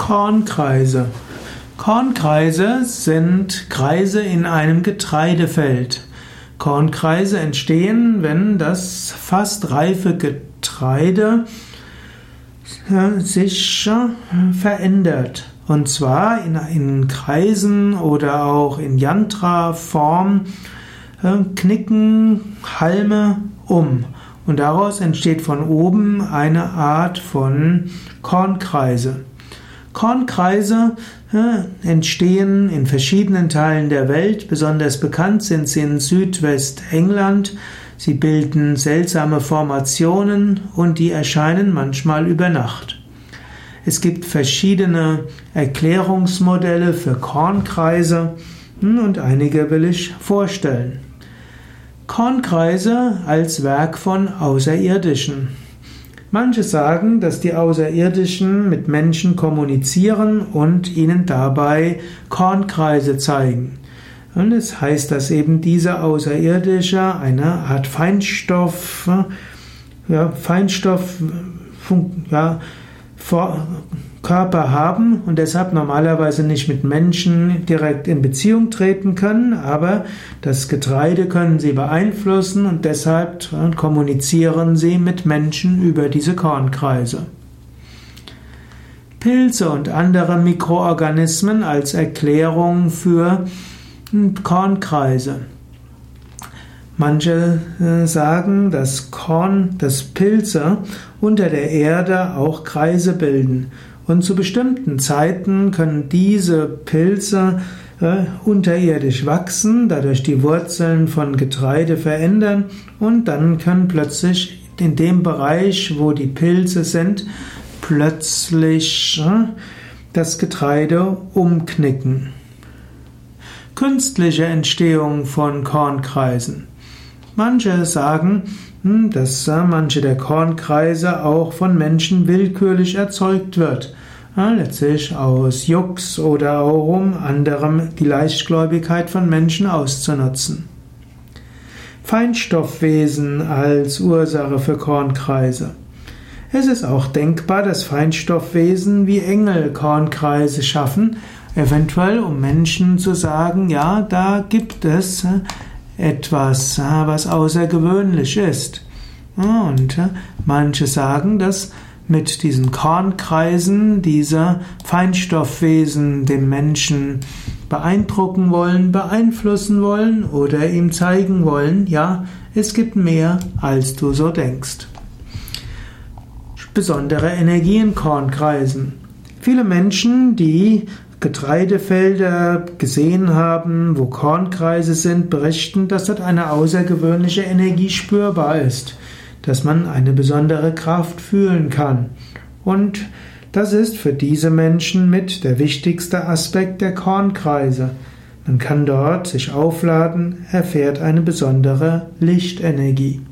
Kornkreise. Kornkreise sind Kreise in einem Getreidefeld. Kornkreise entstehen, wenn das fast reife Getreide sich verändert. Und zwar in Kreisen oder auch in Yantra-Form knicken Halme um. Und daraus entsteht von oben eine Art von Kornkreise. Kornkreise entstehen in verschiedenen Teilen der Welt. Besonders bekannt sind sie in Südwestengland. Sie bilden seltsame Formationen und die erscheinen manchmal über Nacht. Es gibt verschiedene Erklärungsmodelle für Kornkreise und einige will ich vorstellen. Kornkreise als Werk von Außerirdischen. Manche sagen, dass die Außerirdischen mit Menschen kommunizieren und ihnen dabei Kornkreise zeigen. Und es heißt, dass eben diese Außerirdische eine Art Körper haben und deshalb normalerweise nicht mit Menschen direkt in Beziehung treten können, aber das Getreide können sie beeinflussen und deshalb kommunizieren sie mit Menschen über diese Kornkreise. Pilze und andere Mikroorganismen als Erklärung für Kornkreise. Manche sagen, dass Pilze unter der Erde auch Kreise bilden. Und zu bestimmten Zeiten können diese Pilze unterirdisch wachsen, dadurch die Wurzeln von Getreide verändern und dann können plötzlich in dem Bereich, wo die Pilze sind, plötzlich das Getreide umknicken. Künstliche Entstehung von Kornkreisen. Manche sagen, dass manche der Kornkreise auch von Menschen willkürlich erzeugt wird. Letztlich aus Jux oder auch um anderem die Leichtgläubigkeit von Menschen auszunutzen. Feinstoffwesen als Ursache für Kornkreise. Es ist auch denkbar, dass Feinstoffwesen wie Engel Kornkreise schaffen, eventuell um Menschen zu sagen, ja, da gibt es etwas, was außergewöhnlich ist. Und manche sagen, dass mit diesen Kornkreisen diese Feinstoffwesen den Menschen beeindrucken wollen, beeinflussen wollen oder ihm zeigen wollen, ja, es gibt mehr, als du so denkst. Besondere Energie in Kornkreisen. Viele Menschen, die Getreidefelder gesehen haben, wo Kornkreise sind, berichten, dass dort eine außergewöhnliche Energie spürbar ist, dass man eine besondere Kraft fühlen kann. Und das ist für diese Menschen mit der wichtigste Aspekt der Kornkreise. Man kann dort sich aufladen, erfährt eine besondere Lichtenergie.